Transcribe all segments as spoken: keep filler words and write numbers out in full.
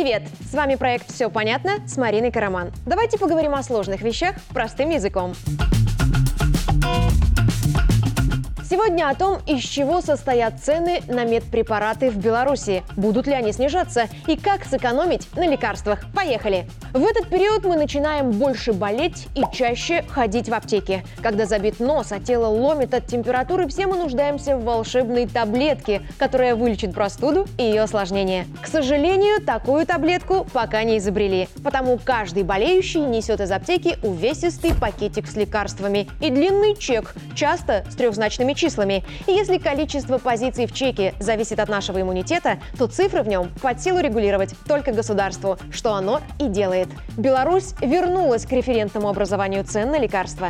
Привет! С вами проект «Все понятно» с Мариной Караман. Давайте поговорим о сложных вещах простым языком. Сегодня о том, из чего состоят цены на медпрепараты в Беларуси, будут ли они снижаться и как сэкономить на лекарствах. Поехали! В этот период мы начинаем больше болеть и чаще ходить в аптеки. Когда забит нос, а тело ломит от температуры, все мы нуждаемся в волшебной таблетке, которая вылечит простуду и ее осложнения. К сожалению, такую таблетку пока не изобрели, потому каждый болеющий несет из аптеки увесистый пакетик с лекарствами и длинный чек, часто с трехзначными числами. И если количество позиций в чеке зависит от нашего иммунитета, то цифры в нем под силу регулировать только государству, что оно и делает. Беларусь вернулась к референтному образованию цен на лекарства.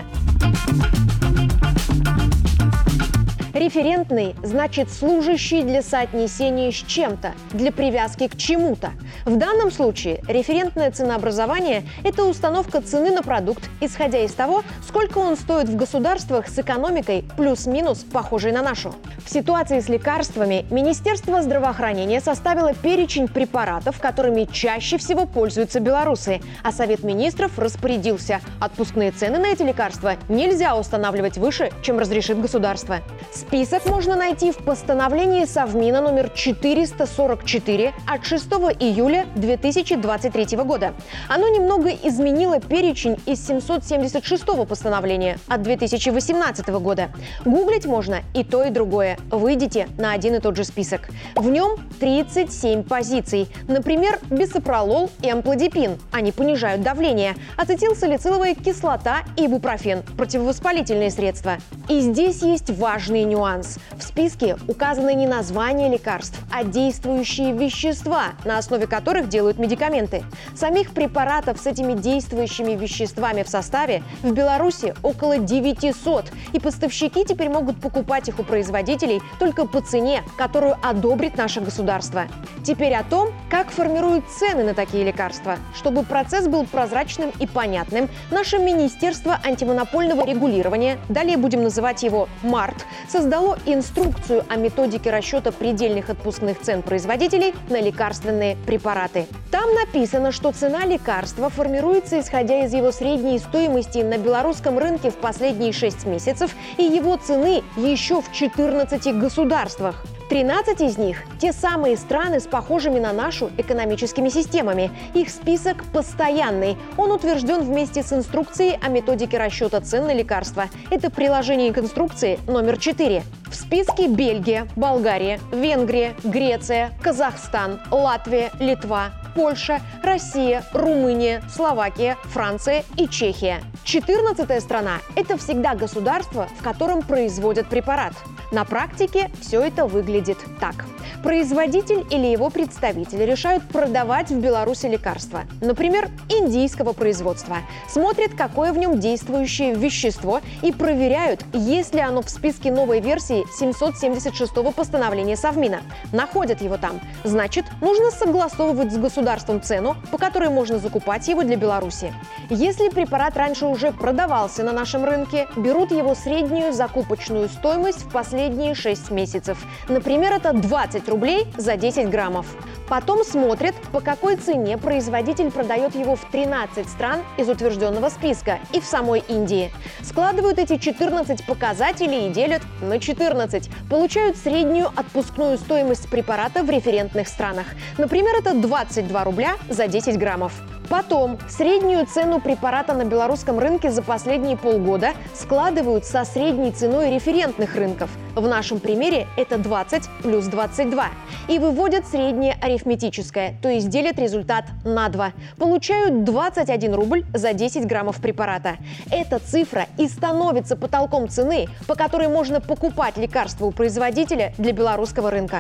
Референтный значит служащий для соотнесения с чем-то, для привязки к чему-то. В данном случае референтное ценообразование – это установка цены на продукт, исходя из того, сколько он стоит в государствах с экономикой плюс-минус похожей на нашу. В ситуации с лекарствами Министерство здравоохранения составило перечень препаратов, которыми чаще всего пользуются белорусы, а Совет министров распорядился – отпускные цены на эти лекарства нельзя устанавливать выше, чем разрешит государство. Список можно найти в постановлении Совмина номер четыреста сорок четыре от шестого июля две тысячи двадцать третьего года. Оно немного изменило перечень из семьсот семьдесят шестого постановления от две тысячи восемнадцатого года. Гуглить можно и то, и другое. Выйдите на один и тот же список. В нем тридцать семь позиций. Например, бисопролол и амлодипин. Они понижают давление. Ацетилсалициловая кислота и ибупрофен – противовоспалительные средства. И здесь есть важный нюанс. Нюанс. В списке указаны не названия лекарств, а действующие вещества, на основе которых делают медикаменты. Самих препаратов с этими действующими веществами в составе в Беларуси около девятисот, и поставщики теперь могут покупать их у производителей только по цене, которую одобрит наше государство. Теперь о том, как формируют цены на такие лекарства. Чтобы процесс был прозрачным и понятным, наше Министерство антимонопольного регулирования, далее будем называть его МАРТ, создало инструкцию о методике расчета предельных отпускных цен производителей на лекарственные препараты. Там написано, что цена лекарства формируется исходя из его средней стоимости на белорусском рынке в последние шесть месяцев и его цены еще в четырнадцати государствах. тринадцать из них – те самые страны с похожими на нашу экономическими системами. Их список постоянный. Он утвержден вместе с инструкцией о методике расчета цен на лекарства. Это приложение к инструкции номер четыре. В списке Бельгия, Болгария, Венгрия, Греция, Казахстан, Латвия, Литва, Польша, Россия, Румыния, Словакия, Франция и Чехия. четырнадцатая страна – это всегда государство, в котором производят препарат. На практике все это выглядит так. Производитель или его представитель решают продавать в Беларуси лекарства, например, индийского производства. Смотрят, какое в нем действующее вещество и проверяют, есть ли оно в списке новой версии семьсот семьдесят шестого постановления Совмина. Находят его там. Значит, нужно согласовывать с государством цену, по которой можно закупать его для Беларуси. Если препарат раньше уже продавался на нашем рынке, берут его среднюю закупочную стоимость в последние шесть месяцев. Например, это двадцать рублей за десять граммов. Потом смотрят, по какой цене производитель продает его в тринадцать стран из утвержденного списка и в самой Индии. Складывают эти четырнадцать показателей и делят на четырнадцать. Получают среднюю отпускную стоимость препарата в референтных странах. Например, это двадцать два рубля за десять граммов. Потом среднюю цену препарата на белорусском рынке за последние полгода складывают со средней ценой референтных рынков. В нашем примере это двадцать плюс двадцать два. И выводят среднее арифметическое, то есть делят результат на два. Получают двадцать один рубль за десять граммов препарата. Эта цифра и становится потолком цены, по которой можно покупать лекарства у производителя для белорусского рынка.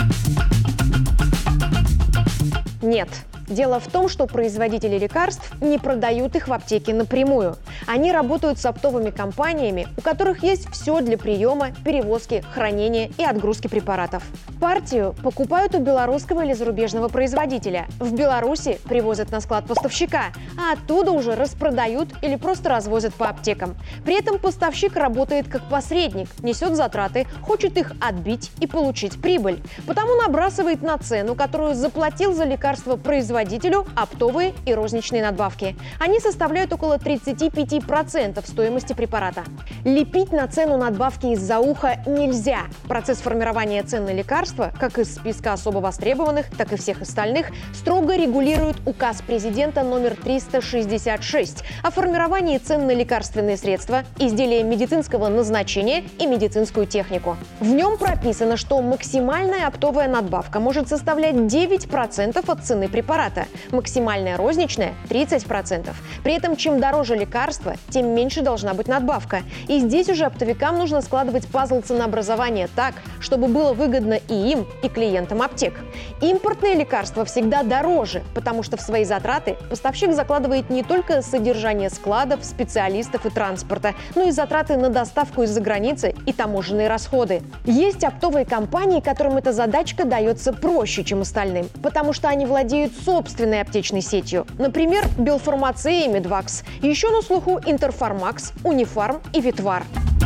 Нет. Дело в том, что производители лекарств не продают их в аптеке напрямую. Они работают с оптовыми компаниями, у которых есть все для приема, перевозки, хранения и отгрузки препаратов. Партию покупают у белорусского или зарубежного производителя. В Беларуси привозят на склад поставщика, а оттуда уже распродают или просто развозят по аптекам. При этом поставщик работает как посредник, несет затраты, хочет их отбить и получить прибыль. Потому набрасывает на цену, которую заплатил за лекарство производитель, производителю оптовые и розничные надбавки. Они составляют около тридцати пяти процентов стоимости препарата. Лепить на цену надбавки из-за уха нельзя. Процесс формирования цен на лекарства, как из списка особо востребованных, так и всех остальных, строго регулирует указ президента номер триста шестьдесят шесть о формировании цен на лекарственные средства, изделия медицинского назначения и медицинскую технику. В нем прописано, что максимальная оптовая надбавка может составлять девять процентов от цены препарата, максимальная розничная – тридцать процентов. При этом, чем дороже лекарство, тем меньше должна быть надбавка. И здесь уже оптовикам нужно складывать пазл ценообразования так, чтобы было выгодно и им, и клиентам аптек. Импортные лекарства всегда дороже, потому что в свои затраты поставщик закладывает не только содержание складов, специалистов и транспорта, но и затраты на доставку из-за границы и таможенные расходы. Есть оптовые компании, которым эта задачка дается проще, чем остальным, потому что они владеют собственной аптечной сетью. Например, Белфармация и Медвакс. Еще на слуху Интерфармакс, Унифарм и Ветвар.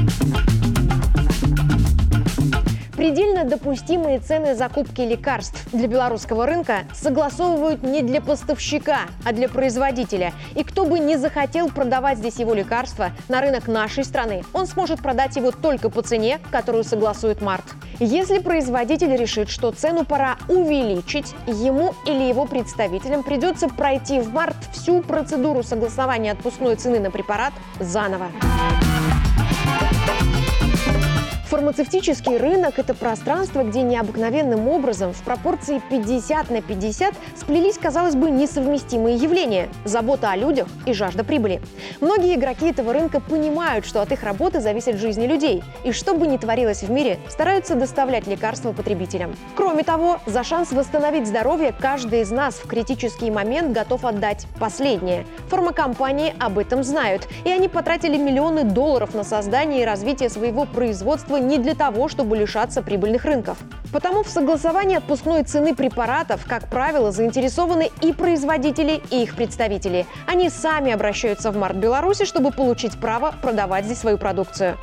Предельно допустимые цены закупки лекарств для белорусского рынка согласовывают не для поставщика, а для производителя. И кто бы не захотел продавать здесь его лекарства на рынок нашей страны, он сможет продать его только по цене, которую согласует МАРТ. Если производитель решит, что цену пора увеличить, ему или его представителям придется пройти в МАРТ всю процедуру согласования отпускной цены на препарат заново. Фармацевтический рынок – это пространство, где необыкновенным образом в пропорции пятьдесят на пятьдесят сплелись, казалось бы, несовместимые явления – забота о людях и жажда прибыли. Многие игроки этого рынка понимают, что от их работы зависят жизни людей, и что бы ни творилось в мире, стараются доставлять лекарства потребителям. Кроме того, за шанс восстановить здоровье каждый из нас в критический момент готов отдать последнее. Фармакомпании об этом знают, и они потратили миллионы долларов на создание и развитие своего производства не для того, чтобы лишаться прибыльных рынков. Потому в согласовании отпускной цены препаратов, как правило, заинтересованы и производители, и их представители. Они сами обращаются в МАРТ Беларуси, чтобы получить право продавать здесь свою продукцию.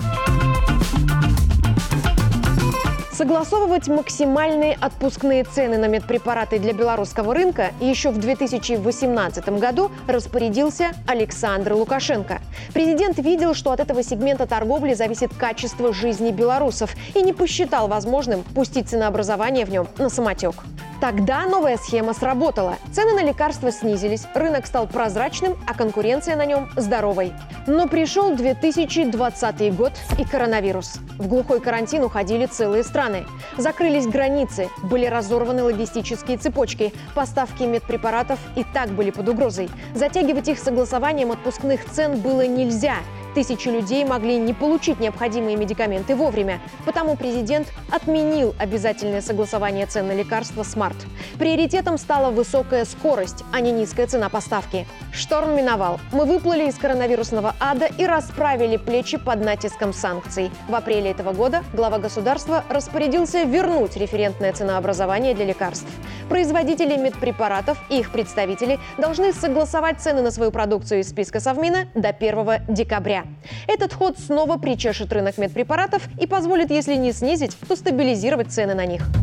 Согласовывать максимальные отпускные цены на медпрепараты для белорусского рынка еще в две тысячи восемнадцатом году распорядился Александр Лукашенко. Президент видел, что от этого сегмента торговли зависит качество жизни белорусов и не посчитал возможным пустить ценообразование в нем на самотек. Тогда новая схема сработала. Цены на лекарства снизились, рынок стал прозрачным, а конкуренция на нем здоровой. Но пришел две тысячи двадцатый год и коронавирус. В глухой карантин уходили целые страны. Закрылись границы, были разорваны логистические цепочки, поставки медпрепаратов и так были под угрозой. Затягивать их согласованием отпускных цен было нельзя. Тысячи людей могли не получить необходимые медикаменты вовремя, потому президент отменил обязательное согласование цен на лекарства с МАРТ. Приоритетом стала высокая скорость, а не низкая цена поставки. Шторм миновал. Мы выплыли из коронавирусного ада и расправили плечи под натиском санкций. В апреле этого года глава государства распорядился вернуть референтное ценообразование для лекарств. Производители медпрепаратов и их представители должны согласовать цены на свою продукцию из списка Совмина до первого декабря. Этот ход снова причешет рынок медпрепаратов и позволит, если не снизить, то стабилизировать цены на них.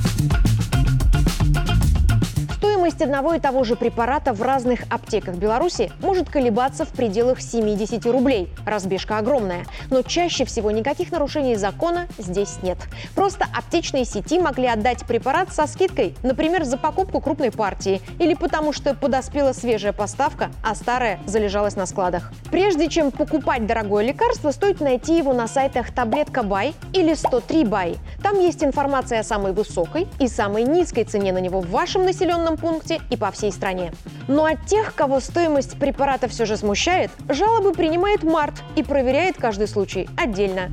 Стоимость одного и того же препарата в разных аптеках Беларуси может колебаться в пределах семидесяти рублей. Разбежка огромная. Но чаще всего никаких нарушений закона здесь нет. Просто аптечные сети могли отдать препарат со скидкой, например, за покупку крупной партии, или потому что подоспела свежая поставка, а старая залежалась на складах. Прежде чем покупать дорогое лекарство, стоит найти его на сайтах Таблетка Бай или сто три Бай. Там есть информация о самой высокой и самой низкой цене на него в вашем населенном пункте и по всей стране. Но от тех, кого стоимость препарата все же смущает, жалобы принимает МАРТ и проверяет каждый случай отдельно.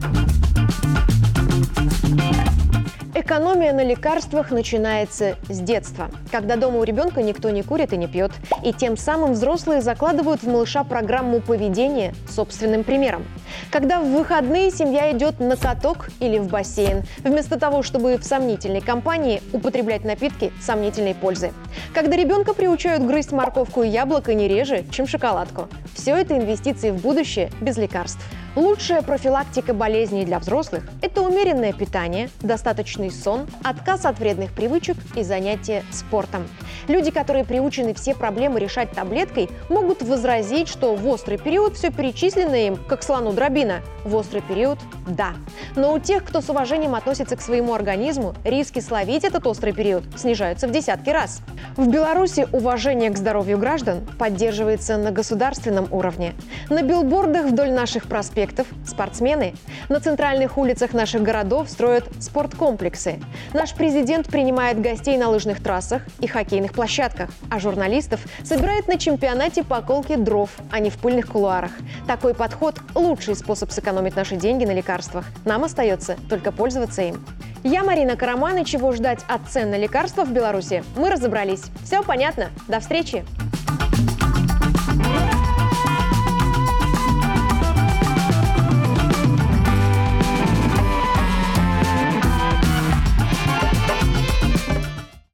Экономия на лекарствах начинается с детства, когда дома у ребенка никто не курит и не пьет, и тем самым взрослые закладывают в малыша программу поведения собственным примером. Когда в выходные семья идет на каток или в бассейн, вместо того, чтобы в сомнительной компании употреблять напитки сомнительной пользы. Когда ребенка приучают грызть морковку и яблоко не реже, чем шоколадку. Все это инвестиции в будущее без лекарств. Лучшая профилактика болезней для взрослых – это умеренное питание, достаточный сон, отказ от вредных привычек и занятия спортом. Люди, которые приучены все проблемы решать таблеткой, могут возразить, что в острый период все перечисленное им, как слону дробина. В острый период – да. Но у тех, кто с уважением относится к своему организму, риски словить этот острый период снижаются в десятки раз. В Беларуси уважение к здоровью граждан поддерживается на государственном уровне. На билбордах вдоль наших проспектов спортсмены. На центральных улицах наших городов строят спорткомплексы. Наш президент принимает гостей на лыжных трассах и хоккейных площадках, а журналистов собирает на чемпионате по колке дров, а не в пыльных кулуарах. Такой подход – лучший способ сэкономить наши деньги на лекарствах. Нам остается только пользоваться им. Я Марина Караман, и чего ждать от цен на лекарства в Беларуси мы разобрались. Все понятно. До встречи!